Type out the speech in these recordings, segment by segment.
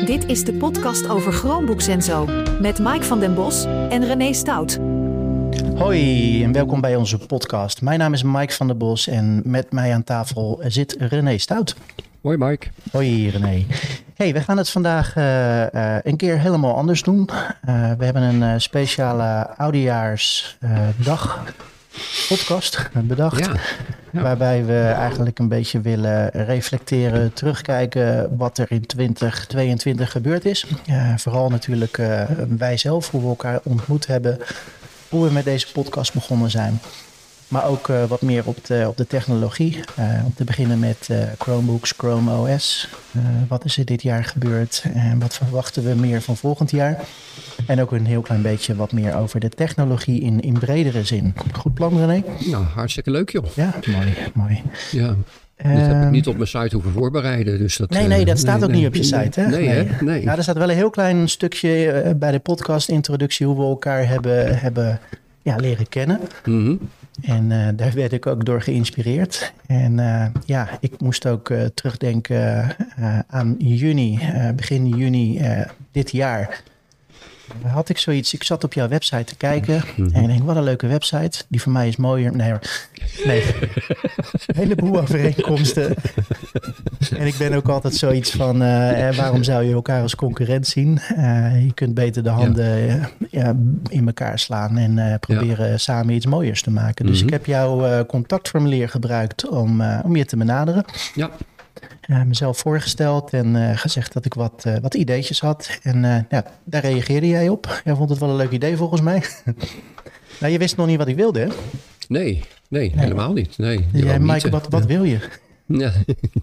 Dit is de podcast over Chromebooks en zo. Met Mike van den Bos en René Stout. Hoi en welkom bij onze podcast. Mijn naam is Mike van den Bos en met mij aan tafel zit René Stout. Hoi Mike. Hoi René. Hey, we gaan het vandaag een keer helemaal anders doen. We hebben een speciale oudejaarsdag podcast bedacht. Ja. Waarbij we eigenlijk een beetje willen reflecteren, terugkijken wat er in 2022 gebeurd is. Vooral natuurlijk wij zelf, hoe we elkaar ontmoet hebben, hoe we met deze podcast begonnen zijn. Maar ook wat meer op de technologie. Om te beginnen met Chromebooks, Chrome OS. Wat is er dit jaar gebeurd en wat verwachten we meer van volgend jaar? En ook een heel klein beetje wat meer over de technologie in bredere zin. Goed plan, René? Nou, hartstikke leuk joh. Ja, mooi. Ja. Dit heb ik niet op mijn site hoeven voorbereiden. Dus dat, nee, dat staat ook niet op je site. Hè? Nee. Ja, er staat wel een heel klein stukje bij de podcast introductie hoe we elkaar hebben leren kennen. Mm-hmm. En daar werd ik ook door geïnspireerd. En ik moest ook terugdenken aan begin juni dit jaar. Had ik zoiets, ik zat op jouw website te kijken en ik denk, wat een leuke website. Die van mij is mooier. Nee. Een heleboel overeenkomsten. En ik ben ook altijd zoiets van, waarom zou je elkaar als concurrent zien? Je kunt beter de handen in elkaar slaan en proberen samen iets mooiers te maken. Dus ik heb jouw contactformulier gebruikt om je te benaderen. Ja. Mezelf voorgesteld en gezegd dat ik wat ideetjes had. En daar reageerde jij op. Jij vond het wel een leuk idee volgens mij. Nou, je wist nog niet wat ik wilde, hè? Nee, helemaal niet. Nee, jij, Mike, wat wil je? Ja.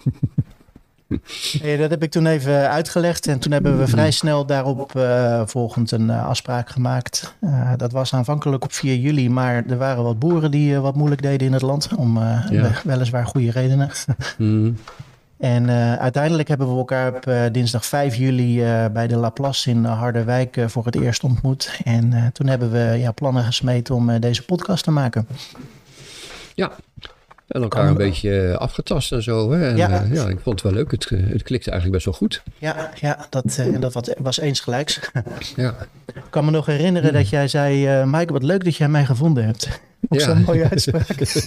Dat heb ik toen even uitgelegd. En toen hebben we vrij snel daarop volgend een afspraak gemaakt. Dat was aanvankelijk op 4 juli. Maar er waren wat boeren die wat moeilijk deden in het land. Om weliswaar goede redenen. En uiteindelijk hebben we elkaar op dinsdag 5 juli bij de Laplace in Harderwijk voor het eerst ontmoet. En toen hebben we plannen gesmeed om deze podcast te maken. Ja. En elkaar een beetje afgetast en zo. Hè? En, ik vond het wel leuk. Het klikte eigenlijk best wel goed. Ja, dat was eens gelijks. Ja. Ik kan me nog herinneren dat jij zei, Mike, wat leuk dat jij mij gevonden hebt. Op zo'n mooie uitspraak.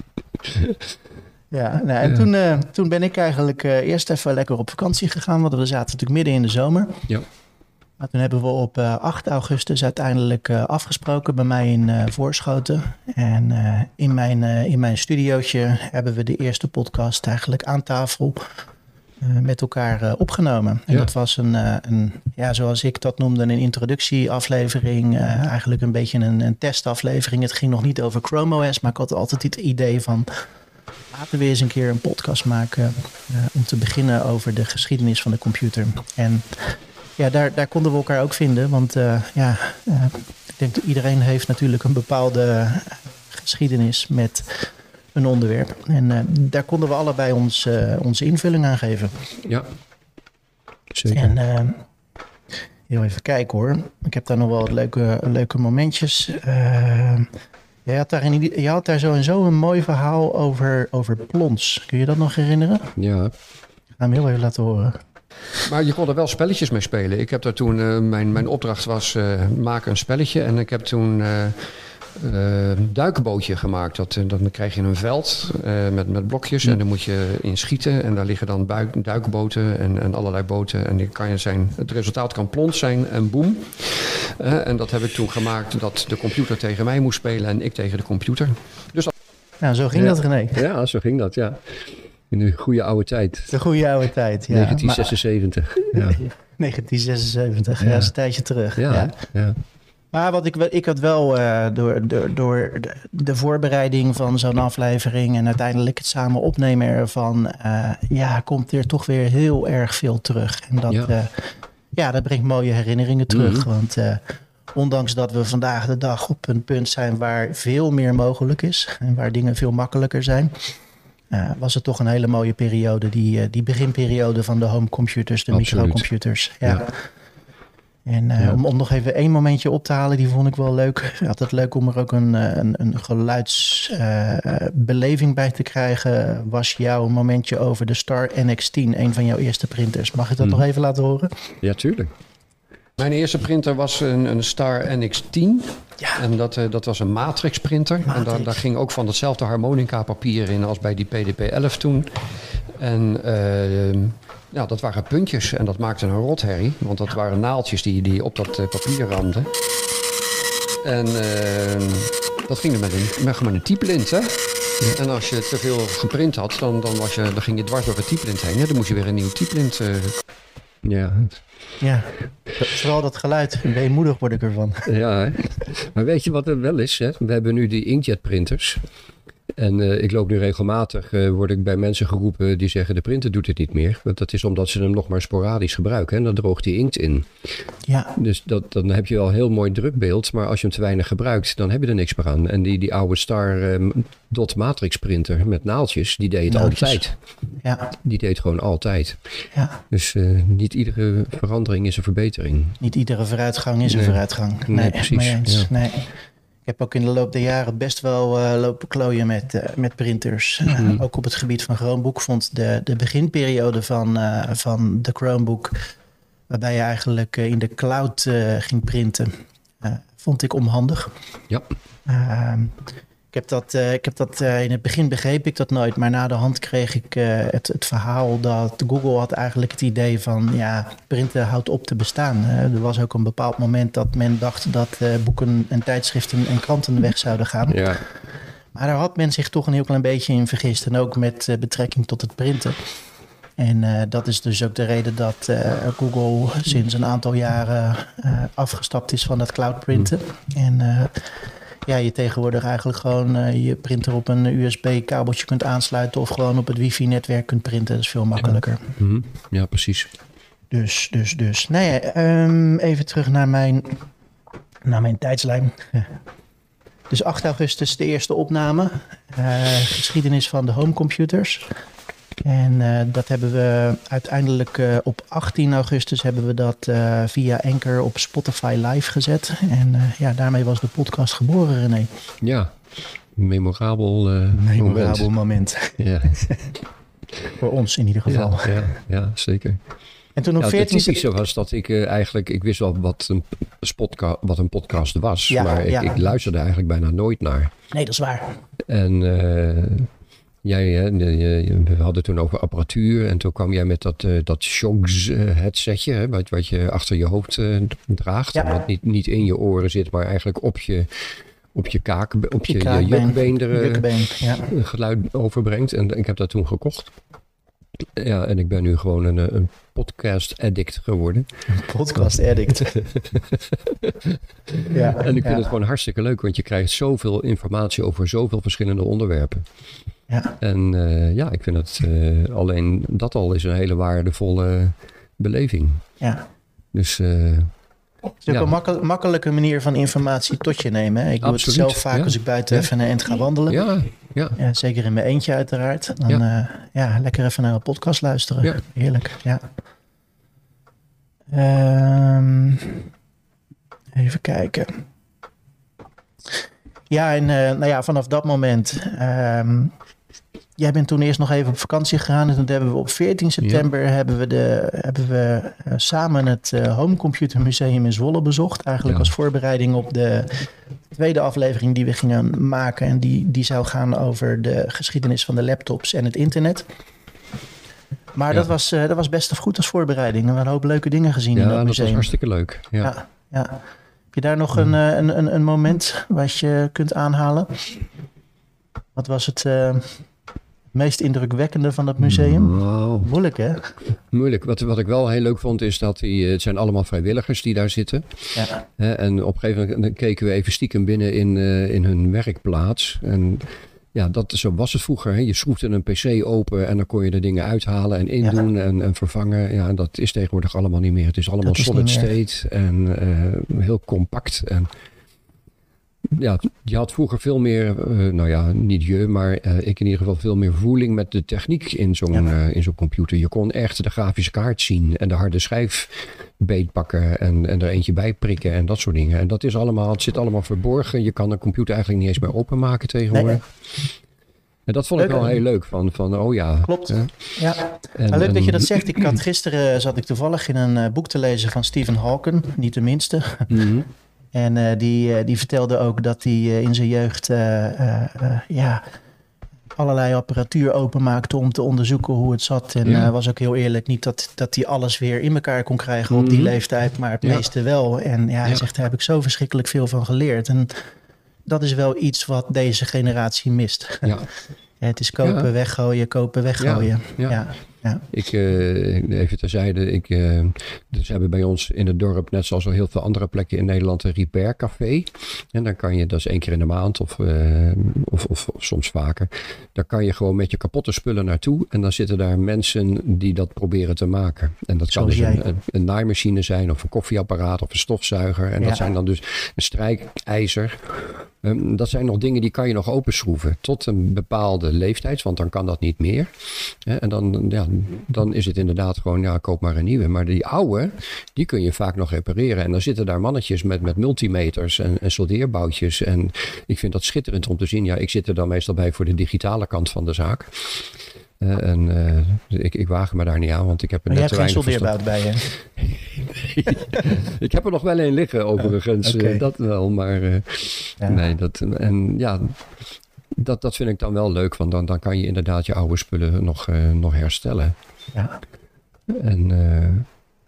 Ja, en toen ben ik eigenlijk eerst even lekker op vakantie gegaan. Want we zaten natuurlijk midden in de zomer. Ja. Maar toen hebben we op 8 augustus uiteindelijk afgesproken bij mij in Voorschoten. En in mijn studiootje hebben we de eerste podcast eigenlijk aan tafel met elkaar opgenomen. En dat was een zoals ik dat noemde, een introductieaflevering. Eigenlijk een beetje een testaflevering. Het ging nog niet over Chrome OS, maar ik had altijd het idee van, laten we eens een keer een podcast maken om te beginnen over de geschiedenis van de computer. En daar konden we elkaar ook vinden, want ik denk dat iedereen heeft natuurlijk een bepaalde geschiedenis met een onderwerp. En daar konden we allebei onze invulling aan geven. Ja, zeker. En heel even kijken hoor. Ik heb daar nog wel wat leuke momentjes. Je had daar zo en zo een mooi verhaal over plons. Kun je dat nog herinneren? Ja. Ik ga hem heel even laten horen. Maar je kon er wel spelletjes mee spelen. Ik heb daar toen, mijn opdracht was maken een spelletje. En ik heb toen een duikbootje gemaakt. Dan krijg je een veld met blokjes en daar moet je in schieten. En daar liggen dan duikboten en allerlei boten. En die het resultaat kan plons zijn en boem. En dat heb ik toen gemaakt dat de computer tegen mij moest spelen en ik tegen de computer. Dus nou, zo ging dat, René. Ja, zo ging dat, ja. In de goede oude tijd. De goede oude tijd, ja. 1976. Maar, 1976, dat is een tijdje terug. Ja. Maar wat ik had wel door de voorbereiding van zo'n aflevering en uiteindelijk het samen opnemen ervan, komt er toch weer heel erg veel terug. En dat brengt mooie herinneringen terug. Mm-hmm. Want ondanks dat we vandaag de dag op een punt zijn waar veel meer mogelijk is en waar dingen veel makkelijker zijn, was het toch een hele mooie periode, die beginperiode van de homecomputers, de microcomputers. Ja. En om nog even 1 momentje op te halen, die vond ik wel leuk. Ik had het leuk om er ook een geluidsbeleving bij te krijgen. Was jouw momentje over de Star NX10, een van jouw eerste printers. Mag ik dat nog even laten horen? Ja, tuurlijk. Mijn eerste printer was een Star NX10. Ja. En dat was een matrix printer. En daar ging ook van hetzelfde harmonica papier in als bij die PDP-11 toen. En dat waren puntjes en dat maakte een rotherrie. Want dat waren naaldjes die op dat papier ramden. En dat ging er met een typlint, hè? Ja. En als je te veel geprint had, dan ging je dwars door het typlint heen. Ja, dan moest je weer een nieuw typlint... Ja, vooral dat geluid. Weemoedig word ik ervan. Ja, hè? Maar weet je wat er wel is? Hè? We hebben nu die inkjet printers. En ik loop nu regelmatig, word ik bij mensen geroepen die zeggen de printer doet het niet meer. Want dat is omdat ze hem nog maar sporadisch gebruiken. En dan droogt die inkt in. Ja. Dus dan heb je wel een heel mooi drukbeeld. Maar als je hem te weinig gebruikt, dan heb je er niks meer aan. En die oude Star Dot Matrix printer met naaldjes, die deed het altijd. Ja. Die deed gewoon altijd. Ja. Dus niet iedere verandering is een verbetering. Niet iedere vooruitgang is een vooruitgang. Nee, precies. Mee eens. Ja. Nee. Ik heb ook in de loop der jaren best wel lopen klooien met printers. Ook op het gebied van Chromebook vond de beginperiode van de Chromebook, waarbij je eigenlijk in de cloud ging printen, vond ik onhandig. Ja. Ik heb dat in het begin begreep ik dat nooit, maar na de hand kreeg ik het verhaal dat Google had eigenlijk het idee van printen houdt op te bestaan. Er was ook een bepaald moment dat men dacht dat boeken en tijdschriften en kranten weg zouden gaan. Ja. Maar daar had men zich toch een heel klein beetje in vergist en ook met betrekking tot het printen. En dat is dus ook de reden dat Google sinds een aantal jaren afgestapt is van dat cloud printen. En je tegenwoordig eigenlijk gewoon je printer op een USB-kabeltje kunt aansluiten of gewoon op het wifi-netwerk kunt printen. Dat is veel makkelijker. Ja, precies. Dus. Even terug naar mijn tijdslijn. Dus 8 augustus de eerste opname. Geschiedenis van de homecomputers. En dat hebben we uiteindelijk op 18 augustus hebben we dat via Anchor op Spotify live gezet. En daarmee was de podcast geboren, René. Ja, memorabel moment. Ja. Voor ons in ieder geval. Ja, zeker. En toen op 14 het typische was dat ik ik wist wel wat een podcast was. Ja, maar ik luisterde eigenlijk bijna nooit naar. Nee, dat is waar. En... we hadden toen over apparatuur en toen kwam jij met dat Shoggs headsetje, wat je achter je hoofd draagt. Ja. En wat niet in je oren zit, maar eigenlijk op je jukbeen geluid overbrengt. En ik heb dat toen gekocht. Ja, en ik ben nu gewoon een podcast addict geworden. Een podcast addict. Ja, en ik vind het gewoon hartstikke leuk, want je krijgt zoveel informatie over zoveel verschillende onderwerpen. Ja. En ik vind het alleen dat al is een hele waardevolle beleving. Ja. Dus... het is ook een makkelijke manier van informatie tot je nemen. Hè? Ik doe het zelf vaak als ik buiten even een eind ga wandelen. Ja, zeker in mijn eentje uiteraard. Dan lekker even naar een podcast luisteren. Ja. Heerlijk, ja. Even kijken. Ja, en vanaf dat moment... jij bent toen eerst nog even op vakantie gegaan. En toen hebben we op 14 september hebben we samen het Homecomputer Museum in Zwolle bezocht. Eigenlijk als voorbereiding op de tweede aflevering die we gingen maken. En die zou gaan over de geschiedenis van de laptops en het internet. Maar dat was best goed als voorbereiding. We hebben een hoop leuke dingen gezien in dat museum. Ja, dat was hartstikke leuk. Ja. Heb je daar nog een moment wat je kunt aanhalen? Wat was het meest indrukwekkende van dat museum? Wow. Moeilijk, hè? Moeilijk. Wat ik wel heel leuk vond is dat het zijn allemaal vrijwilligers die daar zitten. Ja. En op een gegeven moment keken we even stiekem binnen in hun werkplaats. En ja, zo was het vroeger. Hè? Je schroefde een pc open en dan kon je de dingen uithalen en indoen en vervangen. Ja, en dat is tegenwoordig allemaal niet meer. Het is allemaal solid state en heel compact. En ja, je had vroeger veel meer, niet maar ik in ieder geval veel meer voeling met de techniek in zo'n computer. Je kon echt de grafische kaart zien en de harde schijf beet pakken en er eentje bij prikken en dat soort dingen. En dat is allemaal, het zit allemaal verborgen. Je kan een computer eigenlijk niet eens meer openmaken tegenwoordig. Nee. En dat vond ik wel heel leuk. Van oh ja. Klopt. Ja. Leuk dat je dat zegt. Gisteren zat ik toevallig in een boek te lezen van Stephen Hawking. Niet de minste. Mm-hmm. En die vertelde ook dat hij in zijn jeugd allerlei apparatuur openmaakte om te onderzoeken hoe het zat. En was ook heel eerlijk, niet dat hij alles weer in elkaar kon krijgen op die leeftijd, maar het meeste wel. En hij zegt, daar heb ik zo verschrikkelijk veel van geleerd. En dat is wel iets wat deze generatie mist. Ja. Het is kopen, weggooien, kopen, weggooien. Ja. Ik, even terzijde, ze hebben bij ons in het dorp, net zoals al heel veel andere plekken in Nederland, een repair café. En dan kan je, dat is 1 keer in de maand of soms vaker, daar kan je gewoon met je kapotte spullen naartoe. En dan zitten daar mensen die dat proberen te maken. En dat kan dus een naaimachine zijn of een koffieapparaat of een stofzuiger. En dat zijn dan dus een strijkijzer. Dat zijn nog dingen die kan je nog openschroeven tot een bepaalde leeftijd, want dan kan dat niet meer. En dan is het inderdaad gewoon, koop maar een nieuwe. Maar die oude, die kun je vaak nog repareren. En dan zitten daar mannetjes met multimeters en soldeerboutjes. En ik vind dat schitterend om te zien. Ja, ik zit er dan meestal bij voor de digitale kant van de zaak. Ik waag me daar niet aan, want ik heb er net te weinig verstand. Je hebt geen soldeerbout bij je? Nee. Ik heb er nog wel een liggen overigens. Okay. Dat wel, maar nee. Dat vind ik dan wel leuk, want dan kan je inderdaad je oude spullen nog herstellen. Ja. En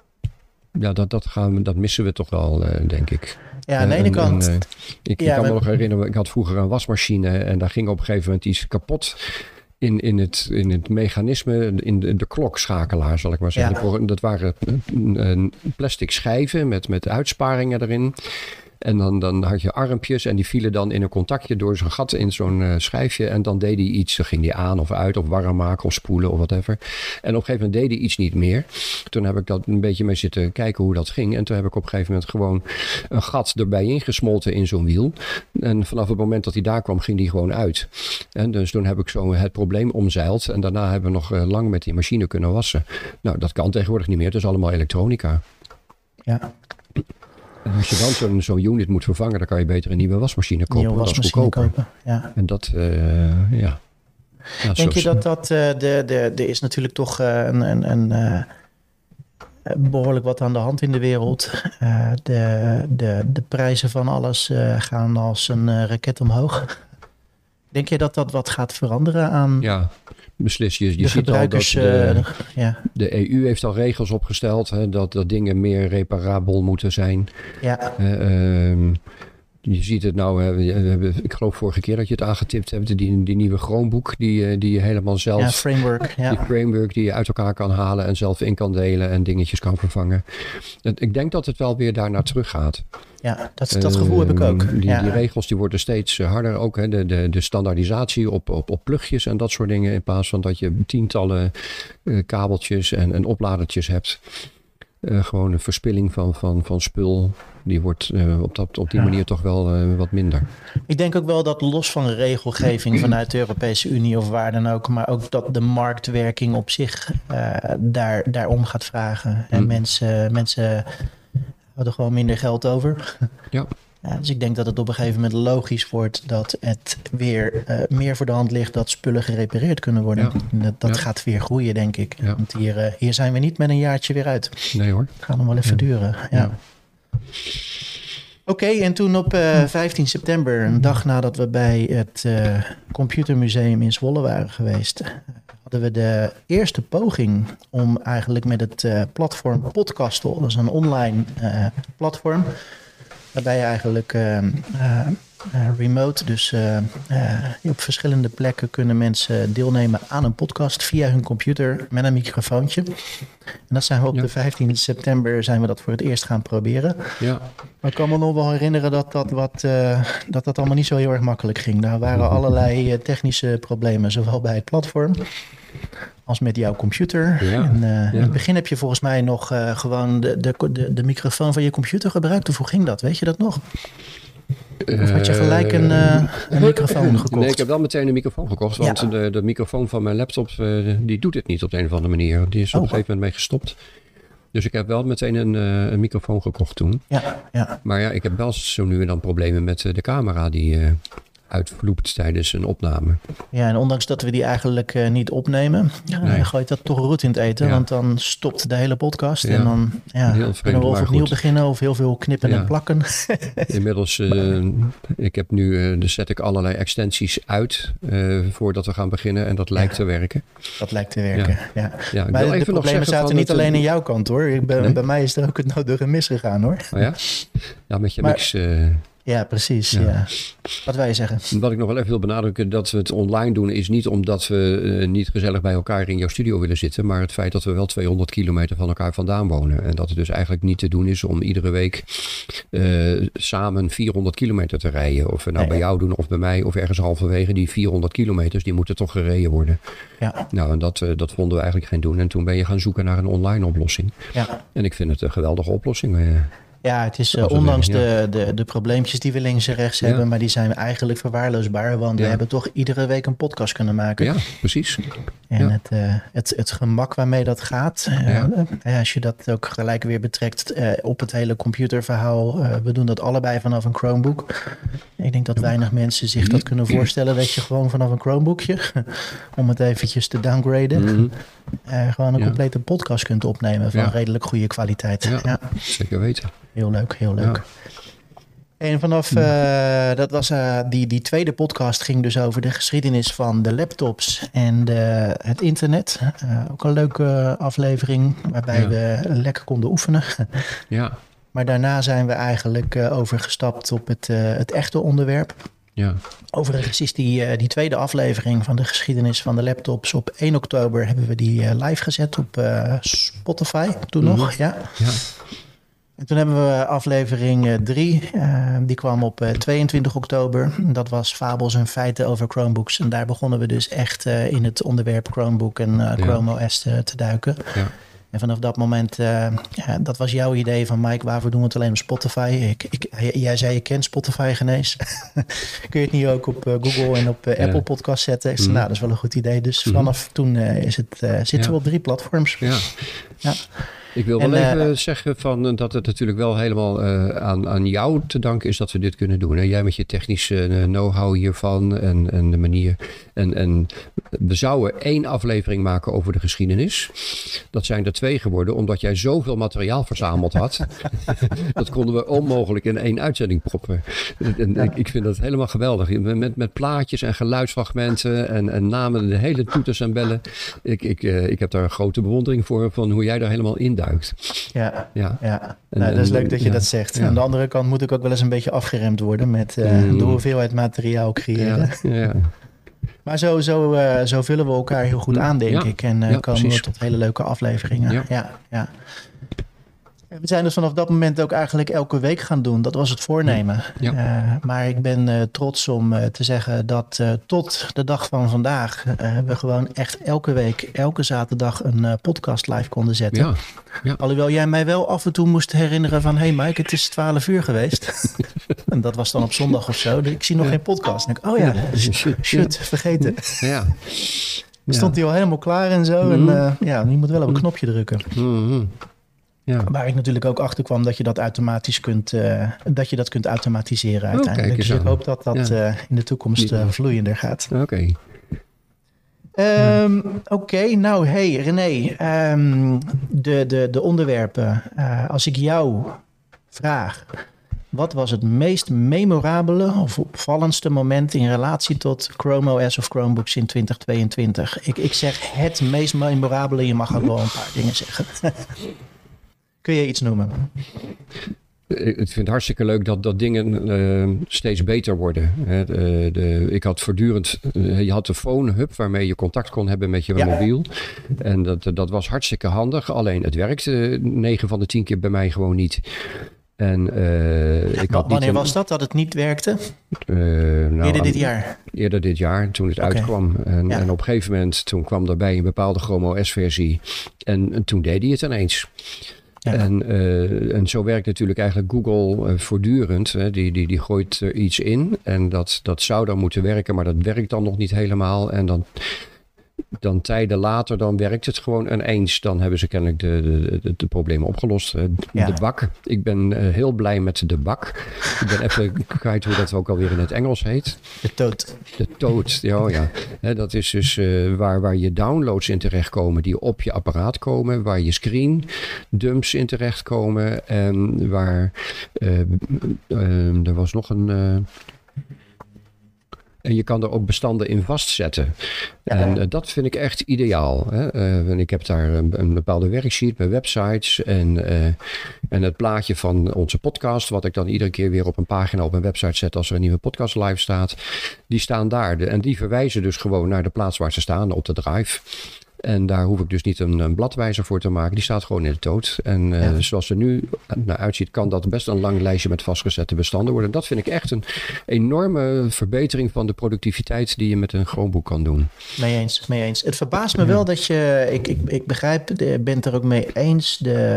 dat missen we toch wel, denk ik. Ja, aan de ene kant. Ik kan me nog herinneren, ik had vroeger een wasmachine en daar ging op een gegeven moment iets kapot in het mechanisme, in de klokschakelaar, zal ik maar zeggen. Ja. Dat waren plastic schijven met uitsparingen erin. En dan had je armpjes en die vielen dan in een contactje door zo'n gat in zo'n schijfje. En dan deed hij iets. Dan ging die aan of uit of warm maken of spoelen of whatever. En op een gegeven moment deed hij iets niet meer. Toen heb ik dat een beetje mee zitten kijken hoe dat ging. En toen heb ik op een gegeven moment gewoon een gat erbij ingesmolten in zo'n wiel. En vanaf het moment dat hij daar kwam, ging die gewoon uit. En dus toen heb ik zo het probleem omzeild. En daarna hebben we nog lang met die machine kunnen wassen. Nou, dat kan tegenwoordig niet meer. Het is allemaal elektronica. Ja. En als je dan zo'n unit moet vervangen, dan kan je beter een nieuwe wasmachine kopen. Dat is goedkoper. Ja. En dat, denk je dat er is natuurlijk toch een behoorlijk wat aan de hand in de wereld. De prijzen van alles gaan als een raket omhoog. Denk je dat wat gaat veranderen aan... Ja, beslist. Je ziet al dat de EU heeft al regels opgesteld, dat dingen meer reparabel moeten zijn. Ja. Je ziet het nou, ik geloof vorige keer dat je het aangetipt hebt, die nieuwe Chromebook die je helemaal zelf... Ja, framework. Ja. Die framework die je uit elkaar kan halen en zelf in kan delen en dingetjes kan vervangen. Ik denk dat het wel weer daarnaar terug gaat. Ja, dat gevoel heb ik ook. Die regels die worden steeds harder. Ook de standaardisatie op plugjes en dat soort dingen. In plaats van dat je tientallen kabeltjes en opladertjes hebt. Gewoon een verspilling van spul. Die wordt op die manier toch wel wat minder. Ik denk ook wel dat los van de regelgeving vanuit de Europese Unie of waar dan ook, maar ook dat de marktwerking op zich daarom gaat vragen. En mensen hadden gewoon minder geld over. Ja. Dus ik denk dat het op een gegeven moment logisch wordt dat het weer meer voor de hand ligt dat spullen gerepareerd kunnen worden. Ja. Dat gaat weer groeien, denk ik. Ja. Want hier zijn we niet met een jaartje weer uit. Nee hoor. Het gaat nog wel even duren. Ja. Oké, en toen op 15 september, een dag nadat we bij het Computermuseum in Zwolle waren geweest, hadden we de eerste poging om eigenlijk met het platform Podcastle, dat is een online platform, waarbij je eigenlijk remote, dus op verschillende plekken kunnen mensen deelnemen aan een podcast via hun computer met een microfoontje. En dat zijn we op de 15 september zijn we dat voor het eerst gaan proberen. Ja. Maar ik kan me nog wel herinneren dat allemaal niet zo heel erg makkelijk ging. Daar waren allerlei technische problemen, zowel bij het platform als met jouw computer. Ja. En in het begin heb je volgens mij nog gewoon de microfoon van je computer gebruikt. Of hoe ging dat? Weet je dat nog? Of had je gelijk een microfoon gekocht? Nee, ik heb wel meteen een microfoon gekocht. Want de microfoon van mijn laptop, die doet het niet op de een of andere manier. Die is op een gegeven moment mee gestopt. Dus ik heb wel meteen een microfoon gekocht toen. Ja. Maar ja, ik heb wel zo nu en dan problemen met de camera die uitvloept tijdens een opname. Ja, en ondanks dat we die eigenlijk niet opnemen, gooit dat toch roet in het eten. Ja. Want dan stopt de hele podcast en dan kunnen we of opnieuw beginnen of heel veel knippen en plakken. Inmiddels, ik heb nu, dus zet ik allerlei extensies uit voordat we gaan beginnen en dat lijkt te werken. Dat lijkt te werken, ja. Maar de problemen zaten niet alleen aan jouw kant hoor. Bij mij is er ook het nodige misgegaan hoor. Oh ja? Ja, met je mix... Ja, precies. Ja. Wat wil je zeggen? Wat ik nog wel even wil benadrukken, dat we het online doen, is niet omdat we niet gezellig bij elkaar in jouw studio willen zitten, maar het feit dat we wel 200 kilometer van elkaar vandaan wonen. En dat het dus eigenlijk niet te doen is om iedere week samen 400 kilometer te rijden. Of we nou bij jou doen of bij mij of ergens halverwege. Die 400 kilometers, die moeten toch gereden worden. Ja. Nou, en dat vonden we eigenlijk geen doen. En toen ben je gaan zoeken naar een online oplossing. Ja. En ik vind het een geweldige oplossing. Ja, het is ondanks de probleempjes die we links en rechts hebben, maar die zijn eigenlijk verwaarloosbaar, want we hebben toch iedere week een podcast kunnen maken. Ja, precies. En het gemak waarmee dat gaat, als je dat ook gelijk weer betrekt op het hele computerverhaal, we doen dat allebei vanaf een Chromebook. Ik denk dat weinig mensen zich dat kunnen voorstellen, dat je gewoon vanaf een Chromebookje, om het eventjes te downgraden, gewoon een complete podcast kunt opnemen van redelijk goede kwaliteit. Ja, zeker weten. Heel leuk, heel leuk. Ja. En vanaf, dat was die tweede podcast ging dus over de geschiedenis van de laptops en het internet. Ook een leuke aflevering waarbij we lekker konden oefenen. Ja. Maar daarna zijn we eigenlijk overgestapt op het echte onderwerp. Ja. Overigens is die tweede aflevering van de geschiedenis van de laptops op 1 oktober hebben we die live gezet op Spotify toen nog. Ja. En toen hebben we aflevering 3, die kwam op 22 oktober. Dat was Fabels en Feiten over Chromebooks. En daar begonnen we dus echt in het onderwerp Chromebook en Chrome OS te duiken. Ja. En vanaf dat moment, dat was jouw idee van Mike, waarvoor doen we het alleen op Spotify? Jij zei, je kent Spotify genees. Kun je het niet ook op Google en op Apple Podcast zetten? Ik zei, nou, dat is wel een goed idee. Dus vanaf toen zitten we op 3 platforms. Ja. Ik wil wel even zeggen dat het natuurlijk wel helemaal aan jou te danken is dat we dit kunnen doen. Hè? Jij met je technische know-how hiervan en de manier. En we zouden 1 aflevering maken over de geschiedenis. Dat zijn er 2 geworden, omdat jij zoveel materiaal verzameld had. Dat konden we onmogelijk in 1 uitzending proppen. En ik vind dat helemaal geweldig. Met plaatjes en geluidsfragmenten en namen, de hele toeters en bellen. Ik heb daar een grote bewondering voor van hoe jij daar helemaal induikt. Ja. Nou, dat is leuk dat je dat zegt. Ja. Aan de andere kant moet ik ook wel eens een beetje afgeremd worden met de hoeveelheid materiaal creëren. Ja. Maar zo vullen we elkaar heel goed aan, denk ik. En komen we tot hele leuke afleveringen. Ja. We zijn dus vanaf dat moment ook eigenlijk elke week gaan doen. Dat was het voornemen. Maar ik ben trots om te zeggen dat tot de dag van vandaag we gewoon echt elke week, elke zaterdag een podcast live konden zetten. Ja. Alhoewel jij mij wel af en toe moest herinneren van, hey Mike, het is 12 uur geweest. En dat was dan op zondag of zo. Ik zie nog geen podcast. En ik, shit, vergeten. Ja. Dan stond hij al helemaal klaar en zo. En je moet wel op een knopje drukken. Ja. Waar ik natuurlijk ook achter kwam dat je dat automatisch kunt automatiseren uiteindelijk. Dus ik hoop dat dat in de toekomst vloeiender gaat. Oké, nou hey René, de onderwerpen. Als ik jou vraag, wat was het meest memorabele of opvallendste moment in relatie tot Chrome OS of Chromebooks in 2022? Ik zeg het meest memorabele, je mag ook wel een paar dingen zeggen. Kun je iets noemen? Ik vind het hartstikke leuk dat dingen steeds beter worden. Ik had voortdurend... je had de phone hub waarmee je contact kon hebben met je mobiel. En dat was hartstikke handig. Alleen het werkte 9 van de 10 keer bij mij gewoon niet. En, wanneer was dat het niet werkte? Eerder dit jaar? Eerder dit jaar, toen het uitkwam. En op een gegeven moment, toen kwam daarbij een bepaalde Chrome OS-versie. En toen deed hij het ineens. Ja. En zo werkt natuurlijk eigenlijk Google voortdurend. Hè. Die gooit er iets in en dat zou dan moeten werken, maar dat werkt dan nog niet helemaal. En dan dan tijden later, dan werkt het gewoon ineens. Dan hebben ze kennelijk de problemen opgelost. De bak. Ik ben heel blij met de bak. Ik ben even kwijt hoe dat ook alweer in het Engels heet. De toad. De toad, ja. Dat is dus waar je downloads in terechtkomen die op je apparaat komen. Waar je screen dumps in terechtkomen. En waar er was nog een... En je kan er ook bestanden in vastzetten. Ja. En dat vind ik echt ideaal. Hè? Ik heb daar een bepaalde worksheet met websites en het plaatje van onze podcast, wat ik dan iedere keer weer op een pagina op een website zet als er een nieuwe podcast live staat. Die staan daar. En die verwijzen dus gewoon naar de plaats waar ze staan, op de drive. En daar hoef ik dus niet een bladwijzer voor te maken. Die staat gewoon in de toad. En zoals er nu naar uitziet, kan dat best een lang lijstje met vastgezette bestanden worden. Dat vind ik echt een enorme verbetering van de productiviteit die je met een Chromebook kan doen. Mee eens. Het verbaast me wel dat je, ik begrijp, je bent er ook mee eens,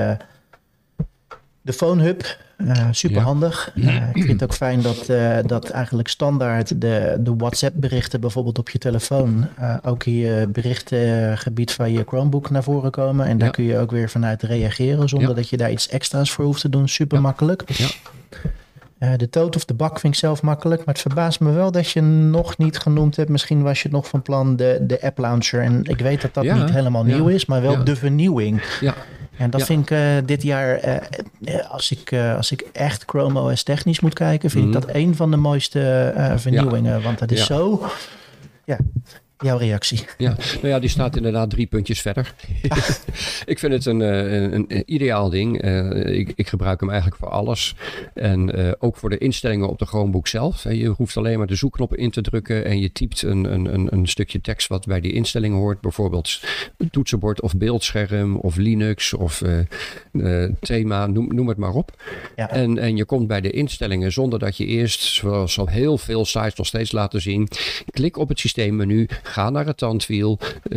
de Phone Hub, super handig. Ik vind het ook fijn dat eigenlijk standaard de WhatsApp berichten bijvoorbeeld op je telefoon ook in je berichtengebied van je Chromebook naar voren komen. En daar kun je ook weer vanuit reageren zonder dat je daar iets extra's voor hoeft te doen. Super makkelijk. Ja. De toad of de bak vind ik zelf makkelijk. Maar het verbaast me wel dat je nog niet genoemd hebt. Misschien was je nog van plan de app launcher. En ik weet dat dat niet helemaal nieuw is, maar wel de vernieuwing. Ja. En dat vind ik dit jaar, als ik echt Chrome OS technisch moet kijken, vind ik dat een van de mooiste vernieuwingen. Want dat is zo... Ja, jouw reactie. Ja, nou ja, die staat inderdaad 3 puntjes verder. Ik vind het een ideaal ding. Ik gebruik hem eigenlijk voor alles. En ook voor de instellingen op de Chromebook zelf. Je hoeft alleen maar de zoekknop in te drukken en je typt een stukje tekst wat bij die instellingen hoort. Bijvoorbeeld toetsenbord of beeldscherm of Linux of thema, noem het maar op. Ja. En je komt bij de instellingen zonder dat je eerst, zoals al heel veel sites nog steeds laten zien, klik op het systeemmenu. Ga naar het tandwiel.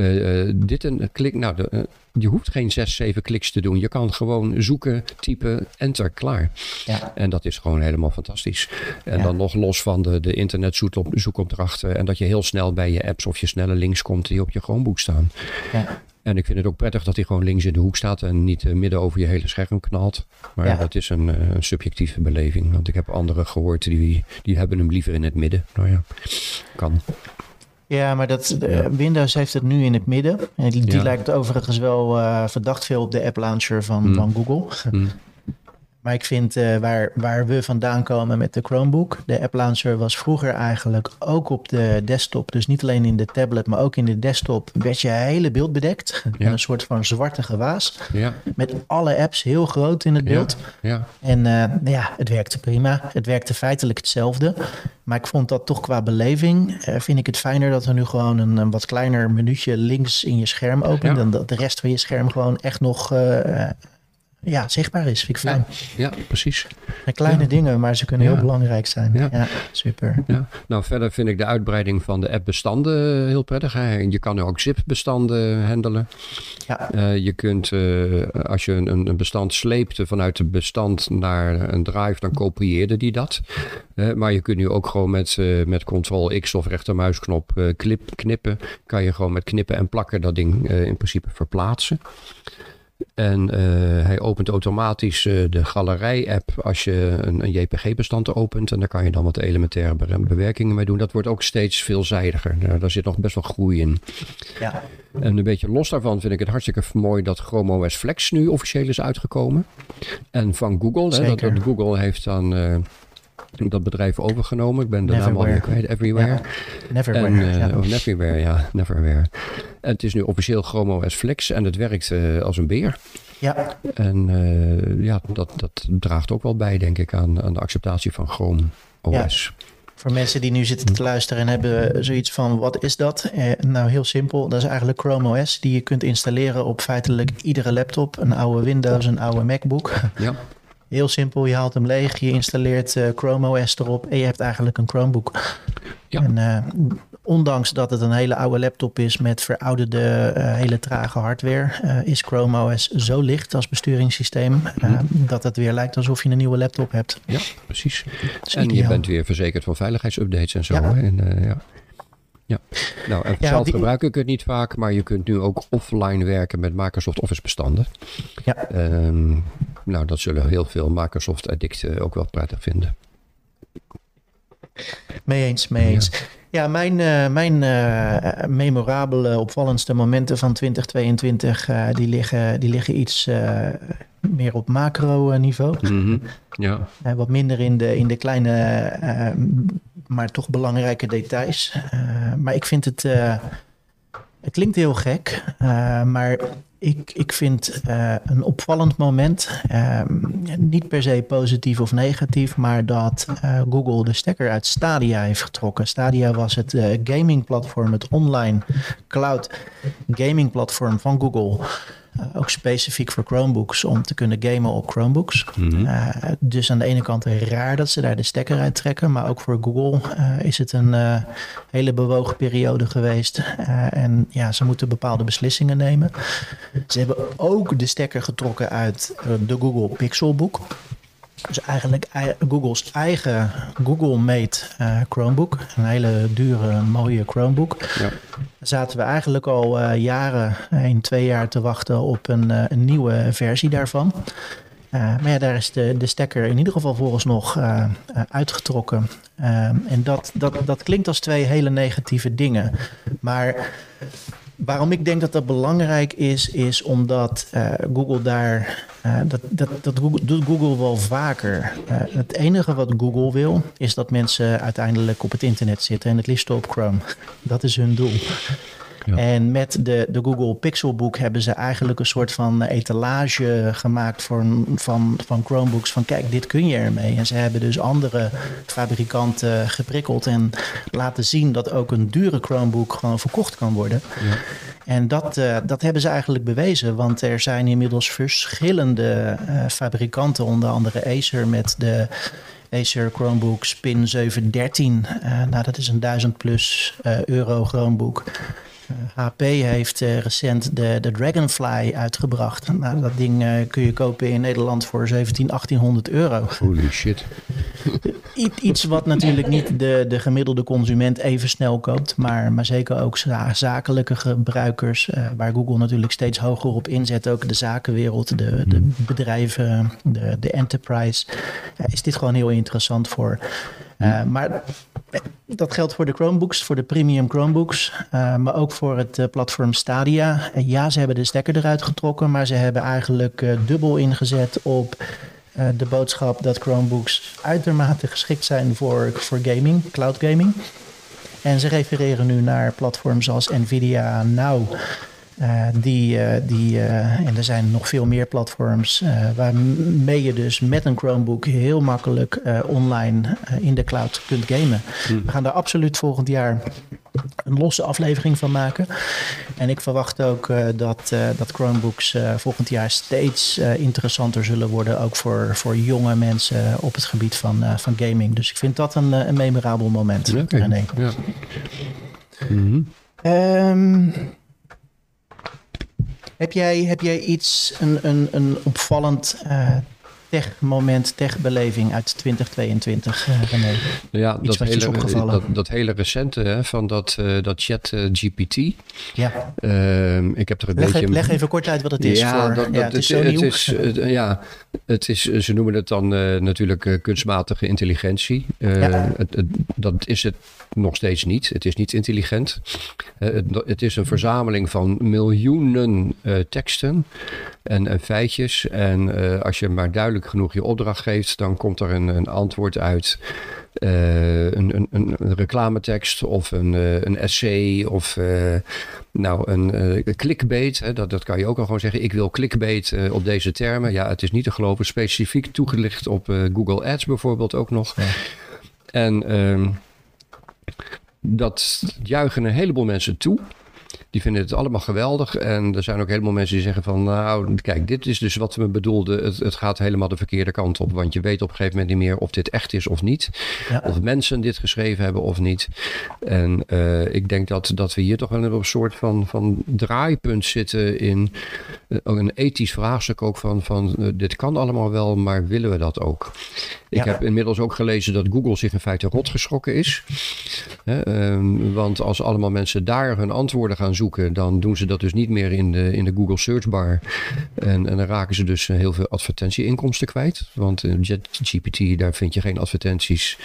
Klik. Je hoeft geen 6, 7 kliks te doen. Je kan gewoon zoeken, typen, enter, klaar. Ja. En dat is gewoon helemaal fantastisch. En dan nog los van de internet zoekopdrachten. En dat je heel snel bij je apps of je snelle links komt die op je Chromebook staan. Ja. En ik vind het ook prettig dat hij gewoon links in de hoek staat en niet midden over je hele scherm knalt. Maar dat is een subjectieve beleving. Want ik heb anderen gehoord die hebben hem liever in het midden. Nou ja, kan. Ja, maar Windows heeft het nu in het midden. En die lijkt overigens wel verdacht veel op de app launcher van Google. Maar ik vind waar we vandaan komen met de Chromebook, de app launcher was vroeger eigenlijk ook op de desktop. Dus niet alleen in de tablet, maar ook in de desktop werd je hele beeld bedekt. Met een soort van zwarte gewaas. Ja. Met alle apps heel groot in het beeld. Ja. En het werkte prima. Het werkte feitelijk hetzelfde. Maar ik vond dat toch qua beleving, vind ik het fijner dat er nu gewoon een wat kleiner menuutje links in je scherm opent. En dat de rest van je scherm gewoon echt nog... zichtbaar is. Vind ik fijn. Ja, precies. Kleine dingen, maar ze kunnen heel belangrijk zijn. Ja, super. Ja. Nou, verder vind ik de uitbreiding van de app-bestanden heel prettig. Hè. Je kan nu ook zip-bestanden handelen. Ja. Je kunt, als je een bestand sleepte vanuit het bestand naar een drive, dan kopieerde die dat. Maar je kunt nu ook gewoon met Ctrl-X of rechtermuisknop knippen. Kan je gewoon met knippen en plakken dat ding in principe verplaatsen. En hij opent automatisch de galerij-app als je een JPG-bestand opent. En daar kan je dan wat elementaire bewerkingen mee doen. Dat wordt ook steeds veelzijdiger. Daar zit nog best wel groei in. Ja. En een beetje los daarvan vind ik het hartstikke mooi dat Chrome OS Flex nu officieel is uitgekomen. En van Google. Google heeft dan... dat bedrijf overgenomen. Ik ben de naam alweer kwijt. Everywhere. Ja. Neverwhere. En het is nu officieel Chrome OS Flex en het werkt als een beer. Ja. En dat draagt ook wel bij, denk ik, aan de acceptatie van Chrome OS. Ja. Voor mensen die nu zitten te luisteren en hebben zoiets van, wat is dat? Nou, heel simpel. Dat is eigenlijk Chrome OS die je kunt installeren op feitelijk iedere laptop. Een oude Windows, een oude MacBook. Ja. Heel simpel, je haalt hem leeg, je installeert Chrome OS erop en je hebt eigenlijk een Chromebook. Ja. En ondanks dat het een hele oude laptop is met verouderde, hele trage hardware, is Chrome OS zo licht als besturingssysteem dat het weer lijkt alsof je een nieuwe laptop hebt. Ja, precies. En je bent weer verzekerd van veiligheidsupdates en zo. Ja. Ja, nou, en zelf gebruik ik het niet vaak, maar je kunt nu ook offline werken met Microsoft Office bestanden. Ja. Nou, dat zullen heel veel Microsoft addicten ook wel prettig vinden. Mee eens. Ja, mijn memorabele, opvallendste momenten van 2022, die liggen iets meer op macro-niveau. Mm-hmm. Ja. Wat minder in de kleine, maar toch belangrijke details. Maar ik vind het klinkt heel gek, maar ik vind een opvallend moment, niet per se positief of negatief, maar dat Google de stekker uit Stadia heeft getrokken. Stadia was het gamingplatform, het online cloud gamingplatform van Google. Ook specifiek voor Chromebooks, om te kunnen gamen op Chromebooks. Mm-hmm. Dus aan de ene kant raar dat ze daar de stekker uit trekken. Maar ook voor Google is het een hele bewogen periode geweest. En ja, ze moeten bepaalde beslissingen nemen. Ze hebben ook de stekker getrokken uit de Google Pixelbook. Dus eigenlijk Google's eigen Google-made Chromebook. Een hele dure, mooie Chromebook. Ja. Zaten we eigenlijk al jaren, 2 jaar te wachten op een nieuwe versie daarvan. Maar ja, daar is de stekker in ieder geval vooralsnog uitgetrokken. En dat klinkt als 2 hele negatieve dingen. Maar waarom ik denk dat dat belangrijk is omdat Google daar... Dat doet Google wel vaker. Het enige wat Google wil is dat mensen uiteindelijk op het internet zitten en het liefst op Chrome. Dat is hun doel. Ja. En met de Google Pixelbook hebben ze eigenlijk een soort van etalage gemaakt van Chromebooks. Van kijk, dit kun je ermee. En ze hebben dus andere fabrikanten geprikkeld en laten zien dat ook een dure Chromebook gewoon verkocht kan worden. Ja. En dat hebben ze eigenlijk bewezen. Want er zijn inmiddels verschillende fabrikanten, onder andere Acer met de Acer Chromebook Spin 713. Nou, dat is een €1000+ Chromebook. HP heeft recent de Dragonfly uitgebracht. Nou, dat ding kun je kopen in Nederland voor €1.700-1.800. Holy shit. Iets wat natuurlijk niet de gemiddelde consument even snel koopt. Maar zeker ook zakelijke gebruikers. Waar Google natuurlijk steeds hoger op inzet. Ook de zakenwereld, de bedrijven, de enterprise. Is dit gewoon heel interessant voor. Maar dat geldt voor de Chromebooks, voor de premium Chromebooks. Maar ook voor het platform Stadia. Ja, ze hebben de stekker eruit getrokken. Maar ze hebben eigenlijk dubbel ingezet op de boodschap dat Chromebooks uitermate geschikt zijn voor gaming, cloud gaming. En ze refereren nu naar platforms als Nvidia Now. En er zijn nog veel meer platforms waarmee je dus met een Chromebook heel makkelijk online in de cloud kunt gamen. We gaan daar absoluut volgend jaar een losse aflevering van maken. En ik verwacht ook dat Chromebooks volgend jaar steeds interessanter zullen worden. Ook voor jonge mensen op het gebied van gaming. Dus ik vind dat een memorabel moment. Okay. René. Ja. Mm-hmm. Heb jij iets, een opvallend techbeleving uit 2022, René? Ja, dat hele recente hè, van dat ChatGPT. Ja. Ik heb er een beetje... Leg even kort uit wat het is. Het is zo nieuw. Ze noemen het dan natuurlijk kunstmatige intelligentie. Dat is het nog steeds niet. Het is niet intelligent. Het is een verzameling van miljoenen teksten en feitjes. En als je maar duidelijk genoeg je opdracht geeft, dan komt er een antwoord uit. Een reclametekst of een essay of een clickbait. Hè, dat kan je ook al gewoon zeggen. Ik wil clickbait op deze termen. Ja, het is niet te geloven. Specifiek toegelicht op Google Ads bijvoorbeeld ook nog. Ja. En dat juichen een heleboel mensen toe. Die vinden het allemaal geweldig. En er zijn ook helemaal mensen die zeggen van... nou, kijk, dit is dus wat we bedoelden. Het gaat helemaal de verkeerde kant op. Want je weet op een gegeven moment niet meer of dit echt is of niet. Ja. Of mensen dit geschreven hebben of niet. En ik denk dat we hier toch wel op een soort van draaipunt zitten... in een ethisch vraagstuk ook van dit kan allemaal wel, maar willen we dat ook? Ik heb inmiddels ook gelezen dat Google zich in feite rot geschrokken is. Want als allemaal mensen daar hun antwoorden gaan zoeken, dan doen ze dat dus niet meer in de Google searchbar. En dan raken ze dus heel veel advertentieinkomsten kwijt. Want in ChatGPT, daar vind je geen advertenties.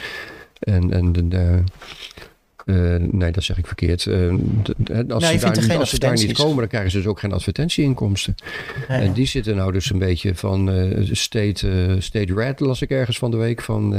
Nee, dat zeg ik verkeerd. Als ze daar niet komen, dan krijgen ze dus ook geen advertentieinkomsten. Nee. En die zitten nou dus een beetje van state red, las ik ergens van de week. Van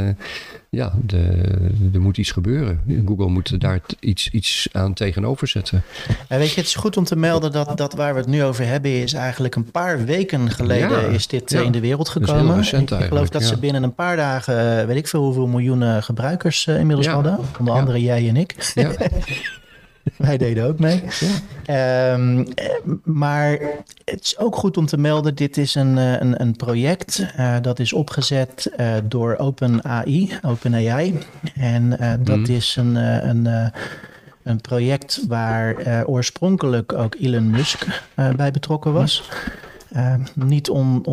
er moet iets gebeuren. Google moet daar iets aan tegenover zetten. Weet je, het is goed om te melden dat waar we het nu over hebben... is eigenlijk een paar weken geleden is dit in de wereld gekomen. Heel recent ik geloof dat ze binnen een paar dagen... weet ik veel hoeveel miljoenen gebruikers inmiddels hadden. Onder andere jij en ik. Ja. Wij deden ook mee. Ja. Maar het is ook goed om te melden... dit is een project dat is opgezet door OpenAI. En dat is een project waar oorspronkelijk ook Elon Musk bij betrokken was. Niet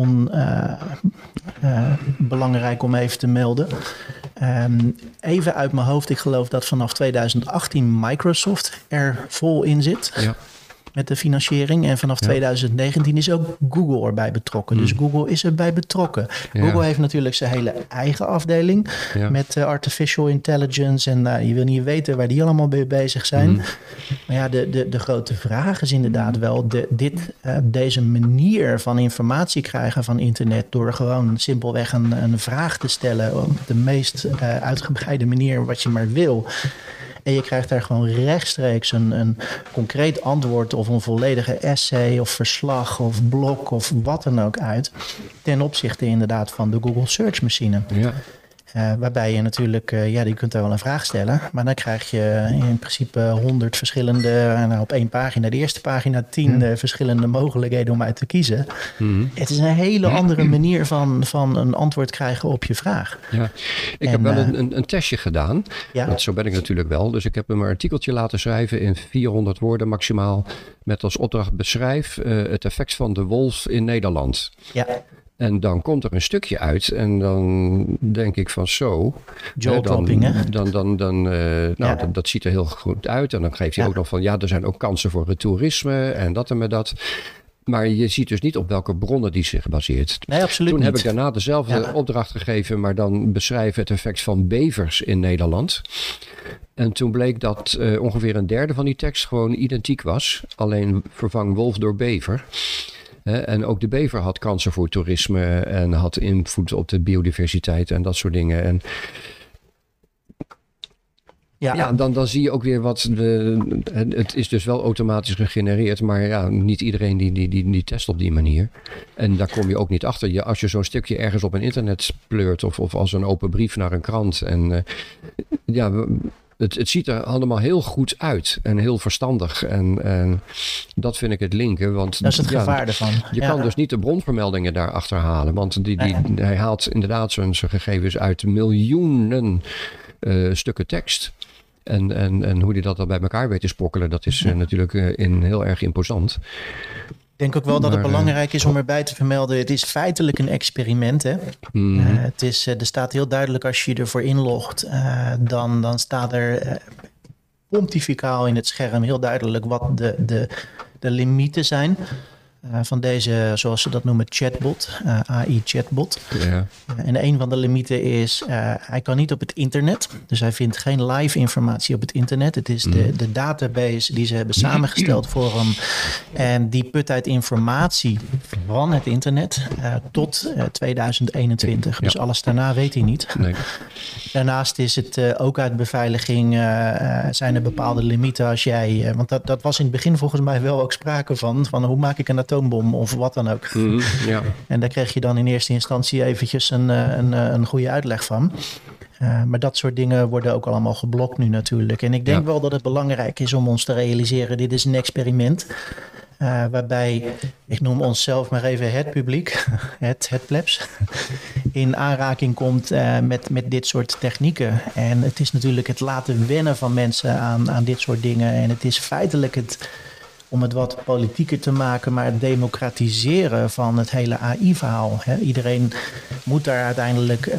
belangrijk om even te melden. Even uit mijn hoofd, ik geloof dat vanaf 2018 Microsoft er vol in zit. Ja. Met de financiering. En vanaf 2019 is ook Google erbij betrokken. Dus Google is erbij betrokken. Ja. Google heeft natuurlijk zijn hele eigen afdeling. Ja. Met artificial intelligence. En je wil niet weten waar die allemaal mee bezig zijn. Maar ja, de grote vraag is inderdaad wel... deze manier van informatie krijgen van internet... door gewoon simpelweg een vraag te stellen... op de meest uitgebreide manier wat je maar wil... En je krijgt daar gewoon rechtstreeks een concreet antwoord... of een volledige essay of verslag of blog of wat dan ook uit... ten opzichte inderdaad van de Google Search Machine. Ja. Waarbij je natuurlijk, je kunt daar wel een vraag stellen... maar dan krijg je in principe 100 verschillende... op één pagina, de eerste pagina 10 verschillende mogelijkheden om uit te kiezen. Het is een hele andere manier van een antwoord krijgen op je vraag. Ja. Ik heb wel een testje gedaan. Ja? Want zo ben ik natuurlijk wel. Dus ik heb hem een artikeltje laten schrijven in 400 woorden maximaal... met als opdracht beschrijf het effect van de wolf in Nederland. Ja. En dan komt er een stukje uit en dan denk ik van zo... Dat ziet er heel goed uit. En dan geeft hij ook nog van, er zijn ook kansen voor het toerisme en dat en met dat. Maar je ziet dus niet op welke bronnen die zich baseert. Nee, absoluut Toen niet. heb ik daarna dezelfde opdracht gegeven, maar dan beschrijven het effect van bevers in Nederland. En toen bleek dat ongeveer een derde van die tekst gewoon identiek was. Alleen vervang wolf door bever. En ook de bever had kansen voor toerisme en had invloed op de biodiversiteit en dat soort dingen. En dan zie je ook weer het is dus wel automatisch gegenereerd, maar niet iedereen die test op die manier. En daar kom je ook niet achter. Als je zo'n stukje ergens op een internet pleurt of als een open brief naar een krant en het ziet er allemaal heel goed uit en heel verstandig. En dat vind ik het linken. Want, dat is het gevaar ervan. Je kan dus niet de bronvermeldingen daar achterhalen. Want hij haalt inderdaad zijn gegevens uit miljoenen stukken tekst. En hoe hij dat dan bij elkaar weet te sprokkelen, dat is natuurlijk heel erg imposant. Ik denk ook wel dat het belangrijk is om erbij te vermelden... het is feitelijk een experiment. Hè? Er staat heel duidelijk als je ervoor inlogt... dan staat er pontificaal in het scherm heel duidelijk... wat de limieten zijn... van deze, zoals ze dat noemen, chatbot, AI-chatbot. Ja. En een van de limieten is, hij kan niet op het internet. Dus hij vindt geen live informatie op het internet. Het is de database die ze hebben samengesteld voor hem. En die put uit informatie van het internet tot 2021. Ja. Dus alles daarna weet hij niet. Nee. Daarnaast is het ook uit beveiliging, zijn er bepaalde limieten als jij... want dat was in het begin volgens mij wel ook sprake van hoe maak ik een atoombom of wat dan ook. Ja. En daar kreeg je dan in eerste instantie eventjes een goede uitleg van. Maar dat soort dingen worden ook allemaal geblokt nu natuurlijk. En ik denk wel dat het belangrijk is om ons te realiseren, dit is een experiment. Waarbij, ik noem onszelf maar even het publiek, het plebs, in aanraking komt met dit soort technieken. En het is natuurlijk het laten wennen van mensen aan dit soort dingen. En het is feitelijk om het wat politieker te maken, maar het democratiseren van het hele AI-verhaal. Iedereen moet daar uiteindelijk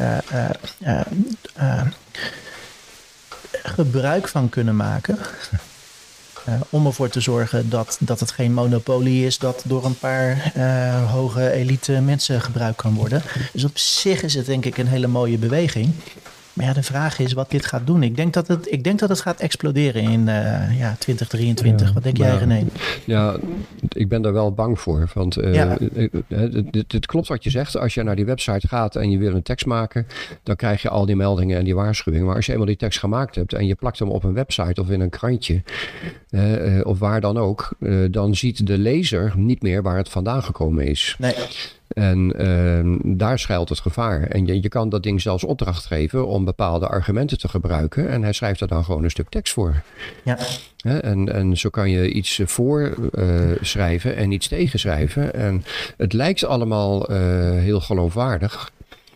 gebruik van kunnen maken. Om ervoor te zorgen dat het geen monopolie is dat door een paar hoge elite mensen gebruikt kan worden. Dus op zich is het denk ik een hele mooie beweging. Maar ja, de vraag is wat dit gaat doen. Ik denk dat het gaat exploderen in 2023. Wat denk jij, René? Ja, ik ben daar wel bang voor. Want het klopt wat je zegt. Als je naar die website gaat en je wil een tekst maken, dan krijg je al die meldingen en die waarschuwingen. Maar als je eenmaal die tekst gemaakt hebt en je plakt hem op een website of in een krantje, of waar dan ook, dan ziet de lezer niet meer waar het vandaan gekomen is. Nee. En daar schuilt het gevaar. En je kan dat ding zelfs opdracht geven om bepaalde argumenten te gebruiken. En hij schrijft er dan gewoon een stuk tekst voor. Ja. En zo kan je iets voor schrijven en iets tegenschrijven. En het lijkt allemaal heel geloofwaardig.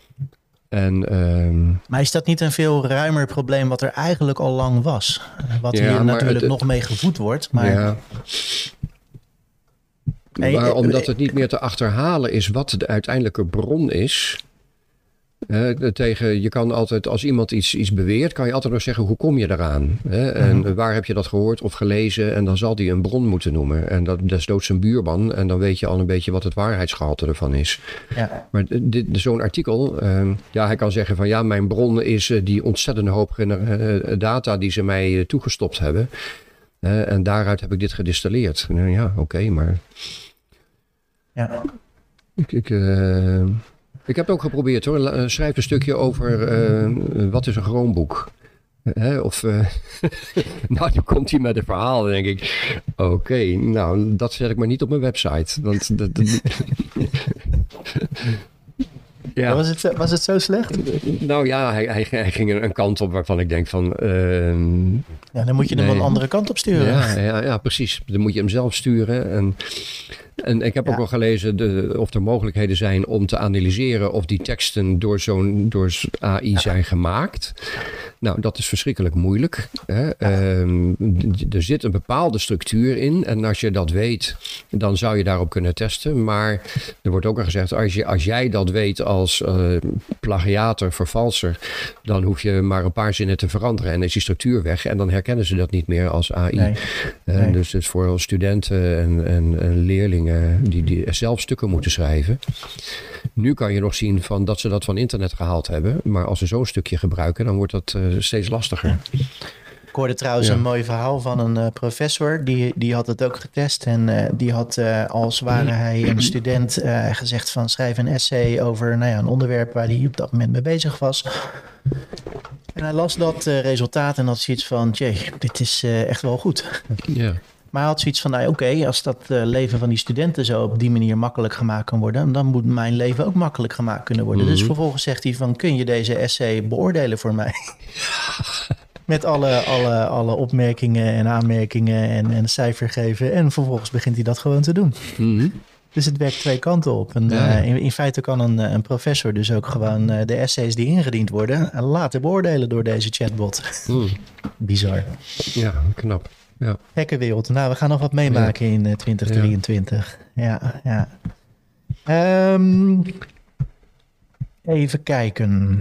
Maar is dat niet een veel ruimer probleem wat er eigenlijk al lang was? Wat hier natuurlijk nog mee gevoed wordt. Maar... Ja. Maar omdat het niet meer te achterhalen is wat de uiteindelijke bron is. Je kan altijd, als iemand iets beweert, kan je altijd nog zeggen, hoe kom je daaraan? En waar heb je dat gehoord of gelezen? En dan zal die een bron moeten noemen. En dat desnoods een buurman. En dan weet je al een beetje wat het waarheidsgehalte ervan is. Ja. Maar zo'n artikel, hij kan zeggen van ja, mijn bron is die ontzettende hoop data die ze mij toegestopt hebben. En daaruit heb ik dit gedistilleerd. Ja, oké, maar... Ja. Ik heb het ook geprobeerd hoor. Schrijf een stukje over wat is een Chromebook. Nou, dan komt hij met een verhaal. Dan denk ik, oké, nou, dat zet ik maar niet op mijn website. Want ja. Was het zo slecht? Nou ja, hij ging een kant op waarvan ik denk van... ja, dan moet je hem een andere kant op sturen. Ja, precies. Dan moet je hem zelf sturen. En ik heb ook wel gelezen of er mogelijkheden zijn om te analyseren of die teksten door AI zijn gemaakt. Nou, dat is verschrikkelijk moeilijk. Hè? Er zit een bepaalde structuur in. En als je dat weet, dan zou je daarop kunnen testen. Maar er wordt ook al gezegd, als jij dat weet als plagiator, vervalser, dan hoef je maar een paar zinnen te veranderen. En is die structuur weg. En dan herkennen ze dat niet meer als AI. Nee. Dus het is voor studenten en leerlingen die zelf stukken moeten schrijven. Nu kan je nog zien dat ze dat van internet gehaald hebben. Maar als ze zo'n stukje gebruiken, dan wordt dat steeds lastiger. Ik hoorde trouwens een mooi verhaal van een professor. Die had het ook getest. En die had als ware hij een student gezegd van schrijf een essay over een onderwerp waar hij op dat moment mee bezig was. En hij las dat resultaat en had zoiets van, dit is echt wel goed. Ja. Maar hij had zoiets van, oké, als dat leven van die studenten zo op die manier makkelijk gemaakt kan worden, dan moet mijn leven ook makkelijk gemaakt kunnen worden. Dus vervolgens zegt hij van, kun je deze essay beoordelen voor mij? Met alle opmerkingen en aanmerkingen en een cijfer geven. En vervolgens begint hij dat gewoon te doen. Mm-hmm. Dus het werkt twee kanten op. En in feite kan een professor dus ook gewoon de essays die ingediend worden laten beoordelen door deze chatbot. Bizar. Ja, knap. Ja. Gekke wereld. Nou, we gaan nog wat meemaken in 2023. Ja. Even kijken.